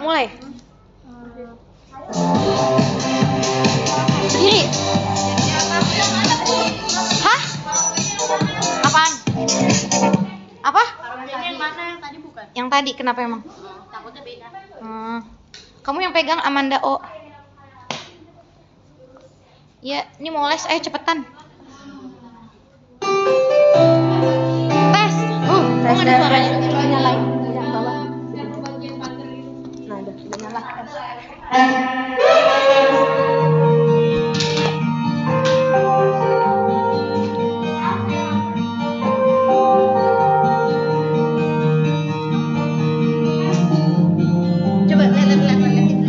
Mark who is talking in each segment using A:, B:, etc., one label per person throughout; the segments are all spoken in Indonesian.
A: mulai. Berdiri. Hah? Apaan? Apa?
B: Yang mana yang tadi bukan?
A: Yang tadi kenapa emang?
B: Takutnya beda.
A: Kamu yang pegang Amanda O. Ya, ini mau les, ayo cepetan. Tes.
B: Tes
A: ada suaranya.
B: Nyalain yang bawah. Nah, udah nyala.
A: Coba lihat.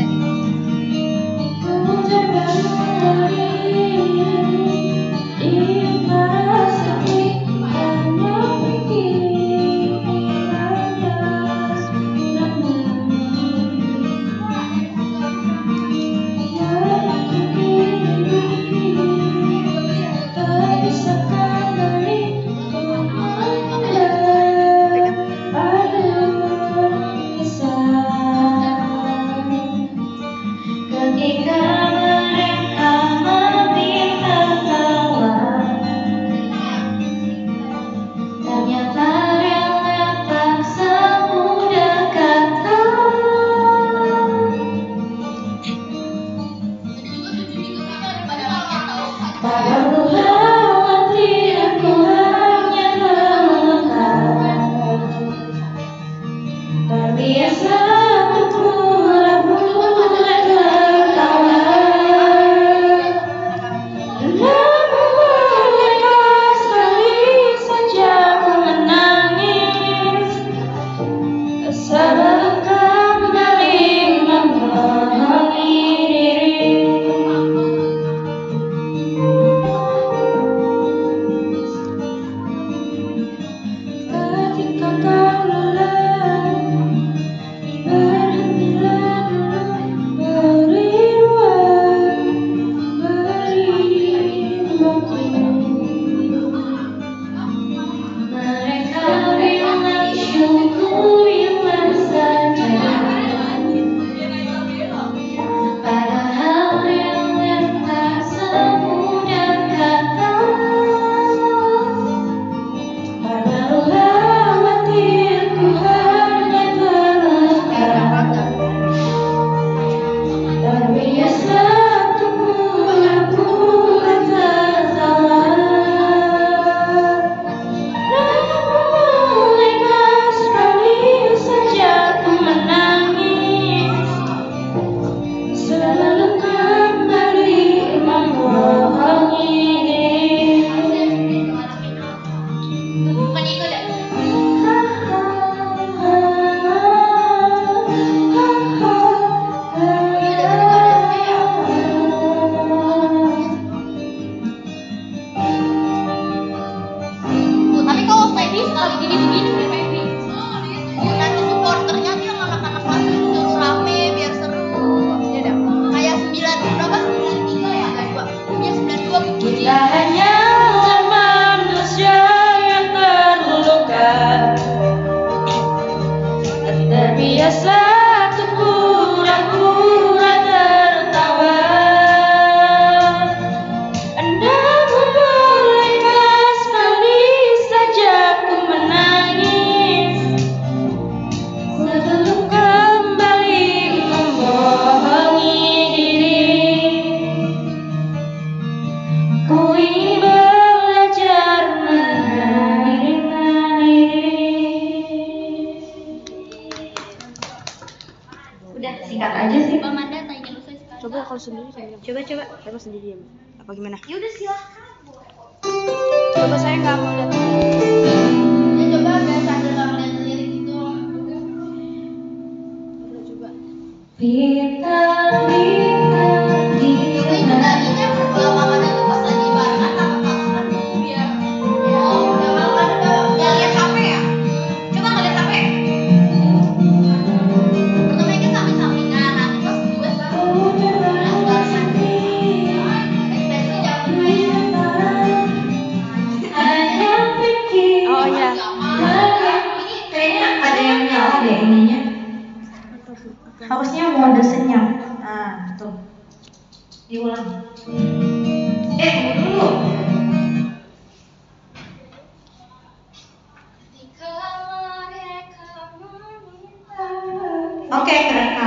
A: Coba.
B: Aku sendiri ya. Apa gimana?
A: Ya udah silakan.
B: Coba saya nggak mau lihat.
A: Ya coba biar sambil nggak melihat lirik itu.
B: Coba.
A: Bintang di tadinya perkelamaan itu pas lagi barengan apa biar ya lihat HP ya. Coba ngeliat HP. Pertama kan samping-sampingan, nanti pas duet baru
B: Oh iya.
A: kayaknya ada yang nyala deh ininya.
C: Harusnya mode senyum. Nah, tuh. Diulang. Tunggu dulu. Oke, keren.